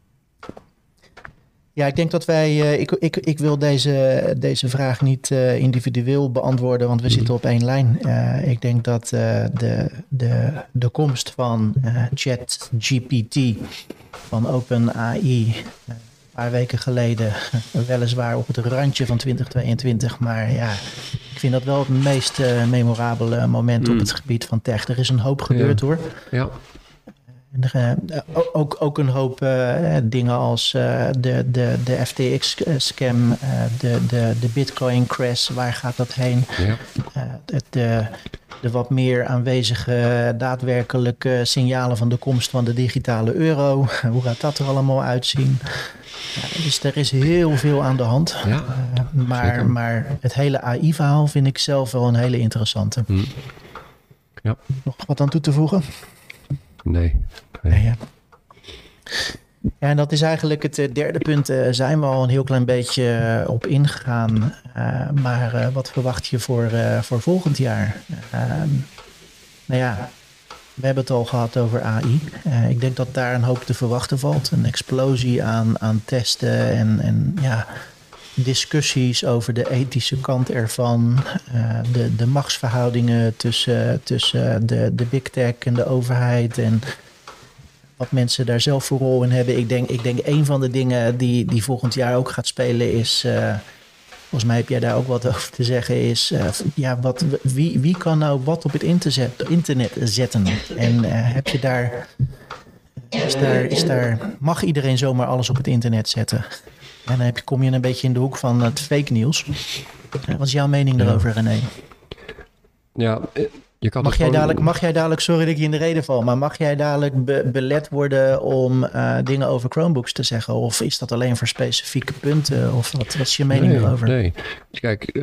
Ja, ik denk dat wij... Ik wil deze vraag niet individueel beantwoorden, want we zitten op één lijn. Ik denk dat de komst van ChatGPT van OpenAI een paar weken geleden, weliswaar op het randje van 2022, maar ja, ik vind dat wel het meest memorabele moment op het gebied van tech. Er is een hoop gebeurd hoor. Ja. Ook een hoop dingen als de FTX-scam, de Bitcoin-crash, waar gaat dat heen? Ja. De de wat meer aanwezige daadwerkelijke signalen van de komst van de digitale euro. Hoe gaat dat er allemaal uitzien? Ja, dus er is heel veel aan de hand. Ja, maar het hele AI-verhaal vind ik zelf wel een hele interessante. Ja. Nog wat aan toe te voegen? Nee. Ja. Ja, en dat is eigenlijk het derde punt. Zijn we al een heel klein beetje op ingegaan. Maar wat verwacht je voor volgend jaar? Nou ja, we hebben het al gehad over AI. Ik denk dat daar een hoop te verwachten valt. Een explosie aan testen en discussies over de ethische kant ervan. De machtsverhoudingen tussen de big tech en de overheid en wat mensen daar zelf voor rol in hebben. Ik denk een van de dingen die volgend jaar ook gaat spelen is, volgens mij heb jij daar ook wat over te zeggen, is wie kan nou wat op het internet zetten? En heb je daar, mag iedereen zomaar alles op het internet zetten? En dan kom je een beetje in de hoek van het fake nieuws. Wat is jouw mening daarover, René? Ja, Mag jij dadelijk, sorry dat ik je in de reden val, maar mag jij dadelijk belet worden om dingen over Chromebooks te zeggen? Of is dat alleen voor specifieke punten? Of wat is je mening daarover? Nee, kijk,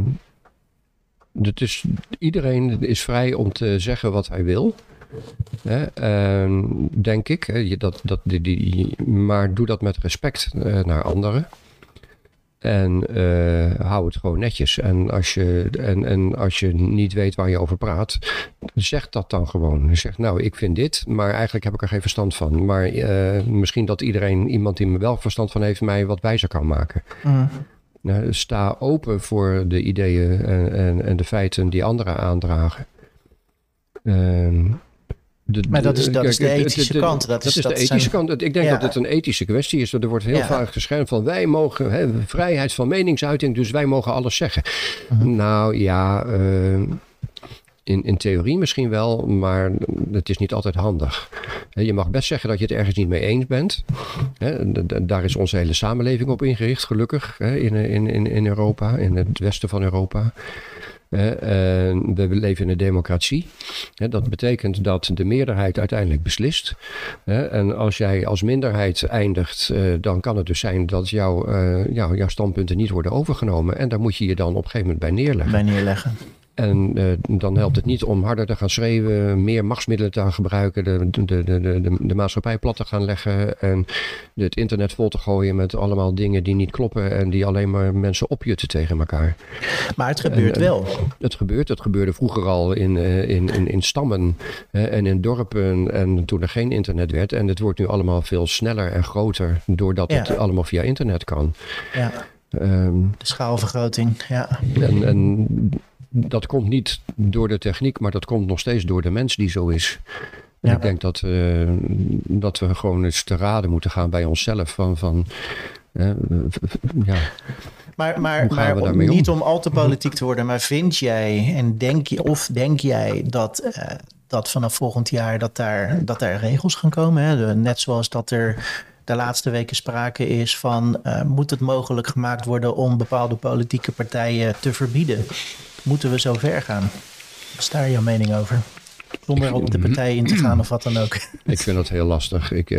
iedereen is vrij om te zeggen wat hij wil. Denk ik. Maar doe dat met respect naar anderen. En hou het gewoon netjes. En als je niet weet waar je over praat, zeg dat dan gewoon. Zeg, nou, ik vind dit, maar eigenlijk heb ik er geen verstand van. Maar misschien dat iemand die er wel verstand van heeft, mij wat wijzer kan maken. Nou, sta open voor de ideeën en de feiten die anderen aandragen. Maar dat is de ethische kant. Dat is de ethische kant. Ik denk dat het een ethische kwestie is. Er wordt heel vaak geschermd van wij mogen vrijheid van meningsuiting, dus wij mogen alles zeggen. Nou ja, in theorie misschien wel, maar het is niet altijd handig. Je mag best zeggen dat je het ergens niet mee eens bent. Daar is onze hele samenleving op ingericht, gelukkig, in Europa, in het westen van Europa. We leven in een democratie. Dat betekent dat de meerderheid uiteindelijk beslist. En als jij als minderheid eindigt, dan kan het dus zijn dat jouw standpunten niet worden overgenomen. En daar moet je je dan op een gegeven moment bij neerleggen. En dan helpt het niet om harder te gaan schreeuwen, meer machtsmiddelen te gaan gebruiken, de maatschappij plat te gaan leggen en het internet vol te gooien met allemaal dingen die niet kloppen en die alleen maar mensen opjutten tegen elkaar. Maar het gebeurt wel. Het gebeurde vroeger al in stammen en in dorpen en toen er geen internet werd. En het wordt nu allemaal veel sneller en groter doordat het allemaal via internet kan. Ja. De schaalvergroting, ja. En dat komt niet door de techniek, maar dat komt nog steeds door de mens die zo is. En ik denk dat we gewoon eens te raden moeten gaan bij onszelf. Maar niet om al te politiek te worden, maar vind jij en denk jij dat vanaf volgend jaar dat daar regels gaan komen? Hè? Net zoals dat er de laatste weken sprake is van moet het mogelijk gemaakt worden om bepaalde politieke partijen te verbieden? Moeten we zo ver gaan? Wat is daar jouw mening over? Zonder op de partij in te gaan of wat dan ook. Ik vind dat heel lastig. Ik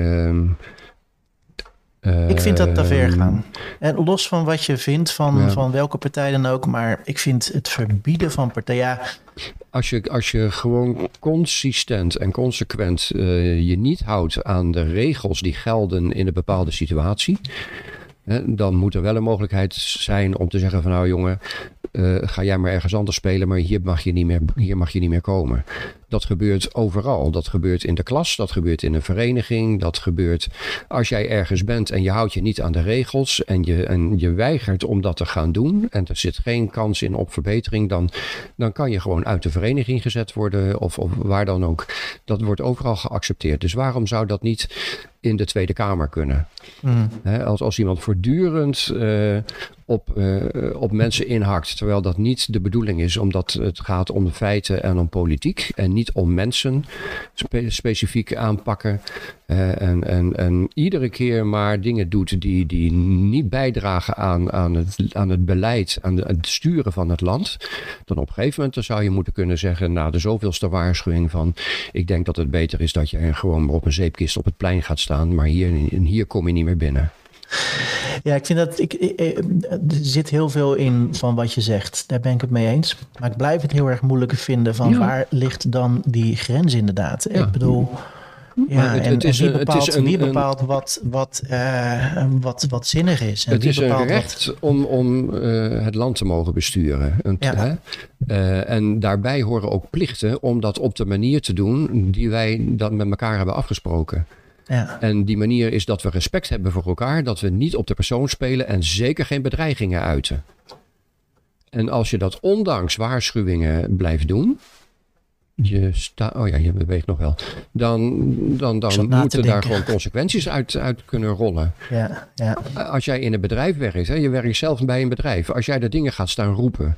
vind dat te ver gaan. En los van wat je vindt van welke partij dan ook. Maar ik vind het verbieden van partijen. Als je gewoon consistent en consequent je niet houdt aan de regels die gelden in een bepaalde situatie. Dan moet er wel een mogelijkheid zijn om te zeggen van nou jongen, ga jij maar ergens anders spelen, maar hier mag je niet meer komen. Dat gebeurt overal. Dat gebeurt in de klas, dat gebeurt in een vereniging, dat gebeurt als jij ergens bent en je houdt je niet aan de regels en je weigert om dat te gaan doen en er zit geen kans in op verbetering, dan kan je gewoon uit de vereniging gezet worden of waar dan ook. Dat wordt overal geaccepteerd. Dus waarom zou dat niet in de Tweede Kamer kunnen? Als iemand voortdurend op mensen inhakt, terwijl dat niet de bedoeling is, omdat het gaat om feiten en om politiek en niet om mensen specifiek aanpakken. En iedere keer maar dingen doet die niet bijdragen aan het beleid, aan het sturen van het land. Dan op een gegeven moment dan zou je moeten kunnen zeggen, na de zoveelste waarschuwing van, ik denk dat het beter is dat je gewoon maar op een zeepkist op het plein gaat staan, maar hier kom je niet meer binnen. Ja, ik vind dat er zit heel veel in van wat je zegt. Daar ben ik het mee eens. Maar ik blijf het heel erg moeilijk vinden van waar ligt dan die grens inderdaad. Ja. Ik bedoel, wie bepaalt wat zinnig is? En het is een recht om het land te mogen besturen. En daarbij horen ook plichten om dat op de manier te doen die wij dan met elkaar hebben afgesproken. Ja. En die manier is dat we respect hebben voor elkaar, dat we niet op de persoon spelen en zeker geen bedreigingen uiten. En als je dat ondanks waarschuwingen blijft doen, je beweegt nog wel, dan moeten daar gewoon consequenties uit kunnen rollen. Ja, ja. Als jij in een bedrijf werkt, je werkt zelf bij een bedrijf, als jij de dingen gaat staan roepen,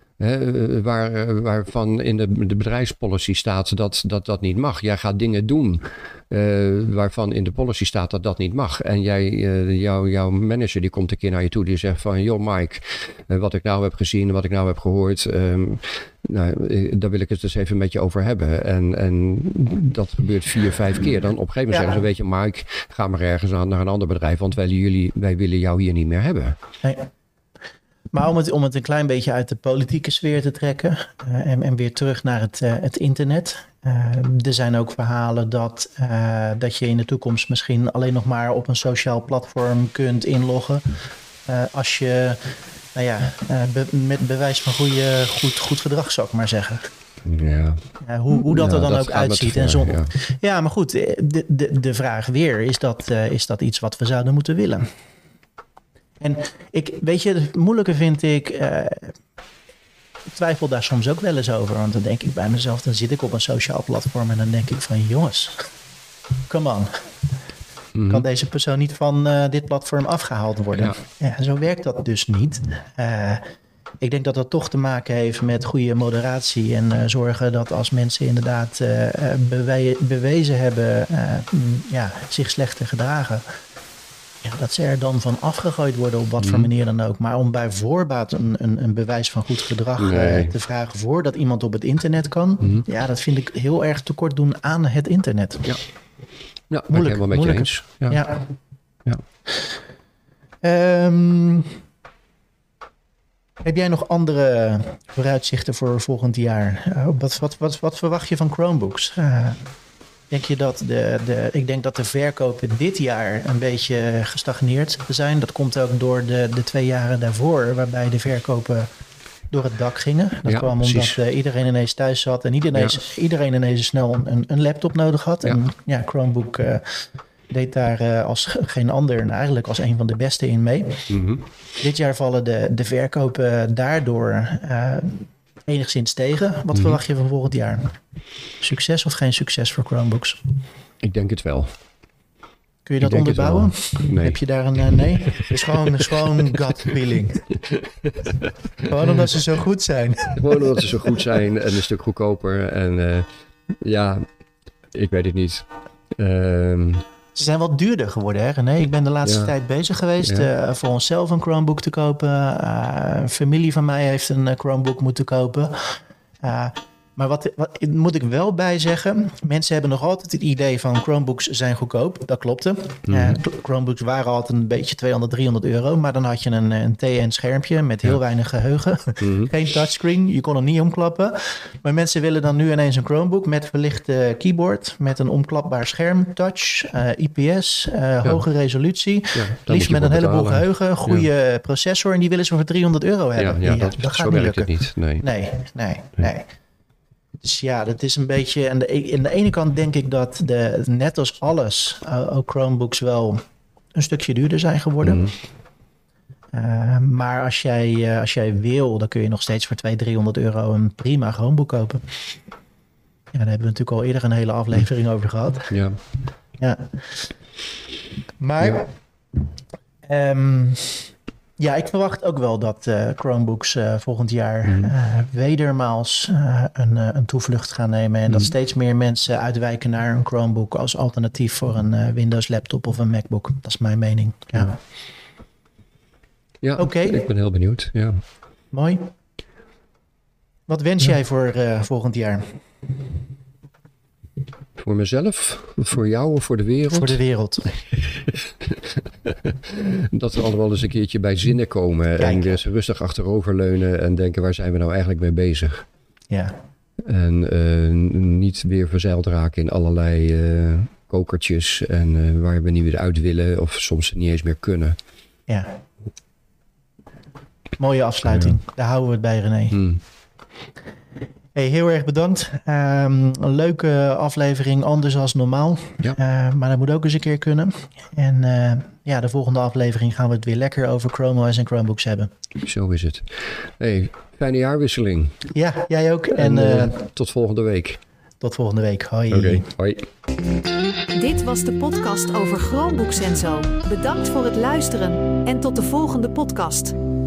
waarvan in de bedrijfspolicy staat dat niet mag. Jij gaat dingen doen waarvan in de policy staat dat niet mag. En jouw manager die komt een keer naar je toe die zegt van, joh Mike, wat ik nou heb gezien, wat ik nou heb gehoord, daar wil ik het dus even met je over hebben. En dat gebeurt 4-5 keer. Dan op een gegeven moment zeggen ze, weet je Mike, ga maar ergens naar een ander bedrijf, want wij willen jou hier niet meer hebben. Nee. Maar om het een klein beetje uit de politieke sfeer te trekken en weer terug naar het internet. Er zijn ook verhalen dat je in de toekomst misschien alleen nog maar op een sociaal platform kunt inloggen. Als je met bewijs van goed gedrag, zou ik maar zeggen. Ja. Hoe dat er dan ook uitziet. Ja, maar goed, de vraag weer, is dat iets wat we zouden moeten willen? En het moeilijke vind ik, ik twijfel daar soms ook wel eens over. Want dan denk ik bij mezelf, dan zit ik op een sociaal platform en dan denk ik van, jongens, come on. Kan deze persoon niet van dit platform afgehaald worden? Ja, zo werkt dat dus niet. Ik denk dat dat toch te maken heeft met goede moderatie en zorgen dat als mensen inderdaad bewezen hebben zich slecht te gedragen, dat ze er dan van afgegooid worden op wat voor manier dan ook. Maar om bij voorbaat een bewijs van goed gedrag te vragen voordat iemand op het internet kan, dat vind ik heel erg tekort doen aan het internet. Ja, ben ik helemaal met je eens. Ja. Heb jij nog andere vooruitzichten voor volgend jaar? Wat verwacht je van Chromebooks? Denk je dat ik denk dat de verkopen dit jaar een beetje gestagneerd zijn. Dat komt ook door de 2 jaren daarvoor, waarbij de verkopen door het dak gingen. Dat kwam omdat iedereen ineens thuis zat en iedereen ineens snel een laptop nodig had. Ja. En Chromebook deed daar als geen ander en eigenlijk als een van de beste in mee. Mm-hmm. Dit jaar vallen de verkopen daardoor enigszins tegen. Wat verwacht je van volgend jaar? Succes of geen succes voor Chromebooks? Ik denk het wel. Kun je dat onderbouwen? Nee. Heb je daar een nee? Het is gewoon gut feeling. Gewoon omdat ze zo goed zijn. Gewoon omdat ze zo goed zijn en een stuk goedkoper. En ik weet het niet. Ze zijn wat duurder geworden, hè René? Ik ben de laatste tijd bezig geweest voor onszelf een Chromebook te kopen. Een familie van mij heeft een Chromebook moeten kopen. Maar wat moet ik wel bij zeggen? Mensen hebben nog altijd het idee van Chromebooks zijn goedkoop. Dat klopte. Chromebooks waren altijd een beetje 200, 300 euro. Maar dan had je een TN-schermpje met heel weinig geheugen. Geen touchscreen. Je kon hem niet omklappen. Maar mensen willen dan nu ineens een Chromebook met verlichte keyboard. Met een omklapbaar scherm, touch, IPS, hoge resolutie. Liefst met een heleboel geheugen. Goede processor. En die willen ze voor 300 euro hebben. Dat gaat niet lukken. Niet. Nee. Dus dat is een beetje. Aan de ene kant denk ik dat net als alles, ook Chromebooks wel een stukje duurder zijn geworden. Maar als jij wil, dan kun je nog steeds voor 200-300 euro een prima Chromebook kopen. Ja, daar hebben we natuurlijk al eerder een hele aflevering over gehad. Ja. Maar Ja, ik verwacht ook wel dat Chromebooks volgend jaar wedermaals een toevlucht gaan nemen. En dat steeds meer mensen uitwijken naar een Chromebook als alternatief voor een Windows laptop of een MacBook. Dat is mijn mening. Ja, Oké. Ik ben heel benieuwd. Ja. Mooi. Wat wens jij voor volgend jaar? Voor mezelf? Voor jou of voor de wereld? Voor de wereld. Dat we allemaal eens een keertje bij zinnen komen. En dus rustig achteroverleunen en denken, waar zijn we nou eigenlijk mee bezig? Ja. En niet weer verzeild raken in allerlei kokertjes en waar we niet weer uit willen of soms niet eens meer kunnen. Ja. Mooie afsluiting. Ja. Daar houden we het bij, René. Hey, heel erg bedankt. Een leuke aflevering, anders als normaal. Ja. Maar dat moet ook eens een keer kunnen. En de volgende aflevering gaan we het weer lekker over Chrome OS en Chromebooks hebben. Zo is het. Hey, fijne jaarwisseling. Ja, jij ook. En tot volgende week. Tot volgende week. Hoi. Oké, hoi. Dit was de podcast over Chromebooks en zo. Bedankt voor het luisteren en tot de volgende podcast.